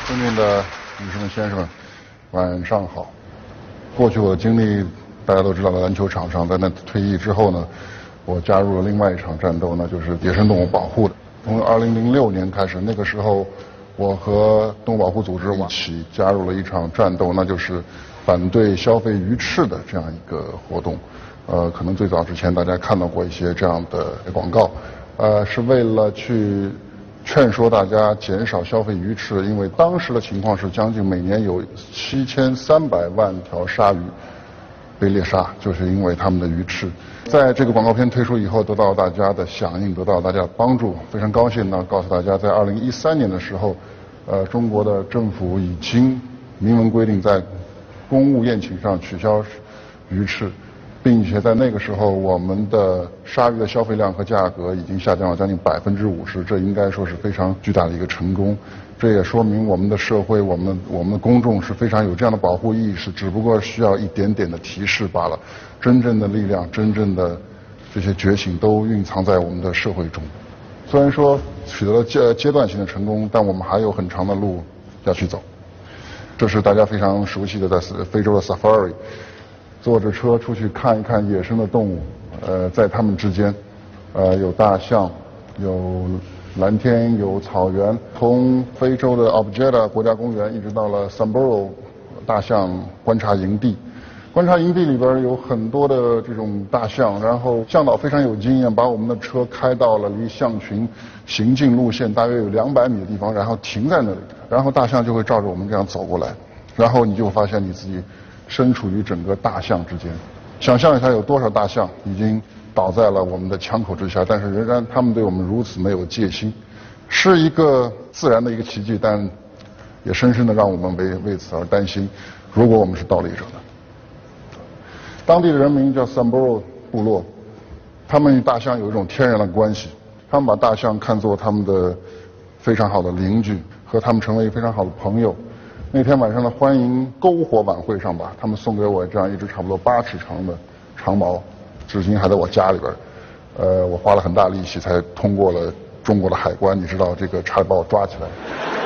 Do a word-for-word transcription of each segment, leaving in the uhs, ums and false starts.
尊敬的女士们、先生们，晚上好。过去我的经历大家都知道，在篮球场上，在那退役之后呢，我加入了另外一场战斗，那就是野生动物保护的。从二零零六年开始，那个时候我和动物保护组织一起加入了一场战斗，那就是反对消费鱼翅的这样一个活动。呃，可能最早之前大家看到过一些这样的广告，呃，是为了去劝说大家减少消费鱼翅，因为当时的情况是将近每年有七千三百万条鲨鱼被猎杀，就是因为它们的鱼翅。在这个广告片推出以后，得到大家的响应，得到大家的帮助，非常高兴呢，告诉大家，在二零一三年的时候，呃，中国的政府已经明文规定在公务宴请上取消鱼翅。并且在那个时候，我们的鲨鱼的消费量和价格已经下降了将近百分之五十，这应该说是非常巨大的一个成功。这也说明我们的社会、我们的我们的公众是非常有这样的保护意识，只不过需要一点点的提示罢了。真正的力量、真正的这些觉醒都蕴藏在我们的社会中。虽然说取得了阶阶段性的成功，但我们还有很长的路要去走。这是大家非常熟悉的在非洲的 Safari。坐着车出去看一看野生的动物，呃，在它们之间，呃，有大象，有蓝天，有草原。从非洲的 Objeda 国家公园一直到了 Samburu 大象观察营地，观察营地里边有很多的这种大象，然后向导非常有经验，把我们的车开到了离象群行进路线大约有两百米的地方，然后停在那里，然后大象就会照着我们这样走过来，然后你就会发现你自己身处于整个大象之间，想象一下有多少大象已经倒在了我们的枪口之下，但是仍然他们对我们如此没有戒心，是一个自然的一个奇迹，但也深深的让我们为为此而担心。如果我们是盗猎者呢？当地的人民叫 Samburu 部落，他们与大象有一种天然的关系，他们把大象看作他们的非常好的邻居，和他们成为非常好的朋友。那天晚上的欢迎篝火晚会上吧，他们送给我这样一只差不多八尺长的长毛，至今还在我家里边。呃，我花了很大力气才通过了中国的海关，你知道，这个差点把我抓起来。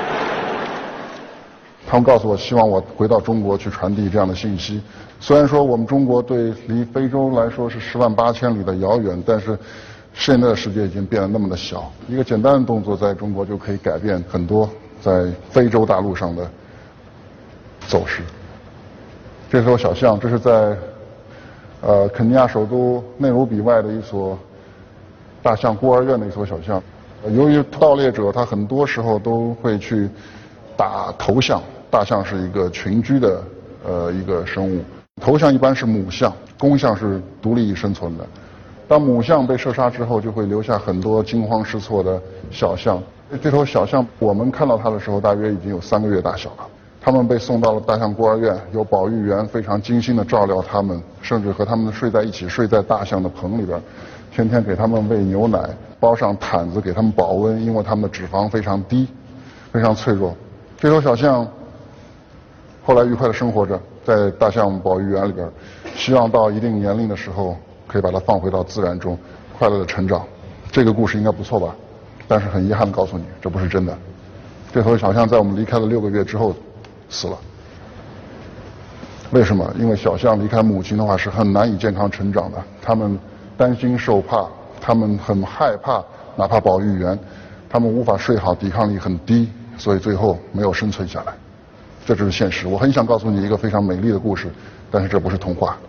他们告诉我，希望我回到中国去传递这样的信息。虽然说我们中国对离非洲来说是十万八千里的遥远，但是现在的世界已经变得那么的小，一个简单的动作在中国就可以改变很多在非洲大陆上的走势。这艘小象，这是在呃肯尼亚首都内罗毕外的一所大象孤儿院的一所小象。由于盗猎者他很多时候都会去打头象，大象是一个群居的呃一个生物，头象一般是母象，公象是独立生存的。当母象被射杀之后，就会留下很多惊慌失措的小象。这头小象我们看到它的时候，大约已经有三个月大小了。他们被送到了大象孤儿院，有保育员非常精心的照料他们，甚至和他们睡在一起，睡在大象的棚里边，天天给他们喂牛奶，包上毯子给他们保温，因为他们的脂肪非常低，非常脆弱。这头小象后来愉快的生活着，在大象保育园里边，希望到一定年龄的时候可以把它放回到自然中，快乐的成长。这个故事应该不错吧？但是很遗憾的告诉你，这不是真的。这头小象在我们离开了六个月之后死了。为什么？因为小象离开母亲的话是很难以健康成长的，他们担心受怕，他们很害怕，哪怕保育员，他们无法睡好，抵抗力很低，所以最后没有生存下来。这就是现实。我很想告诉你一个非常美丽的故事，但是这不是童话。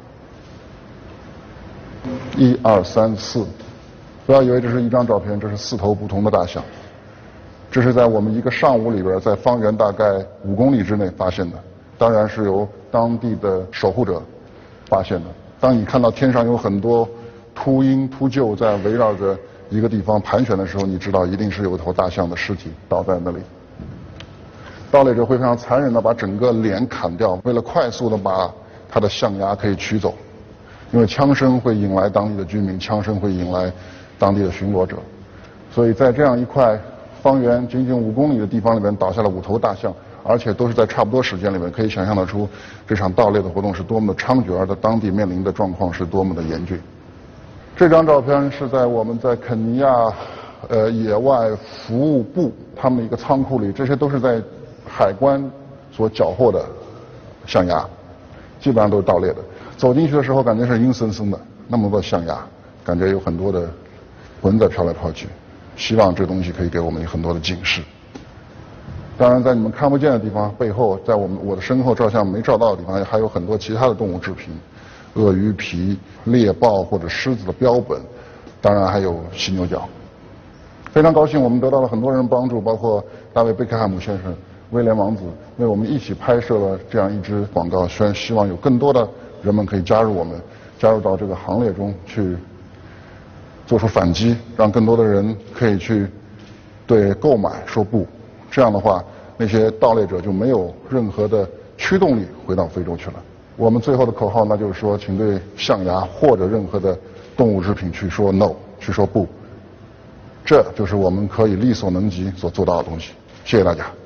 一二三四，不要以为这是一张照片，这是四头不同的大象。这是在我们一个上午里边，在方圆大概五公里之内发现的，当然是由当地的守护者发现的。当你看到天上有很多秃鹰、秃鹫在围绕着一个地方盘旋的时候，你知道一定是有一头大象的尸体倒在那里。盗猎者会非常残忍地把整个脸砍掉，为了快速地把他的象牙可以取走，因为枪声会引来当地的居民，枪声会引来当地的巡逻者，所以在这样一块方圆仅仅五公里的地方里面倒下了五头大象，而且都是在差不多时间里面，可以想象得出这场盗猎的活动是多么的猖獗，而在当地面临的状况是多么的严峻。这张照片是在我们在肯尼亚呃野外服务部他们的一个仓库里，这些都是在海关所缴获的象牙，基本上都是盗猎的。走进去的时候，感觉是阴森森的，那么多象牙，感觉有很多的蚊子飘来飘去。希望这东西可以给我们很多的警示。当然，在你们看不见的地方背后，在我们我的身后照相没照到的地方，还有很多其他的动物制品，鳄鱼皮、猎豹或者狮子的标本，当然还有犀牛角。非常高兴，我们得到了很多人帮助，包括大卫·贝克汉姆先生、威廉王子，为我们一起拍摄了这样一支广告。虽然希望有更多的人们可以加入我们，加入到这个行列中去，做出反击，让更多的人可以去对购买说不。这样的话，那些盗猎者就没有任何的驱动力回到非洲去了。我们最后的口号那就是说，请对象牙或者任何的动物制品去说 no， 去说不。这就是我们可以力所能及所做到的东西。谢谢大家。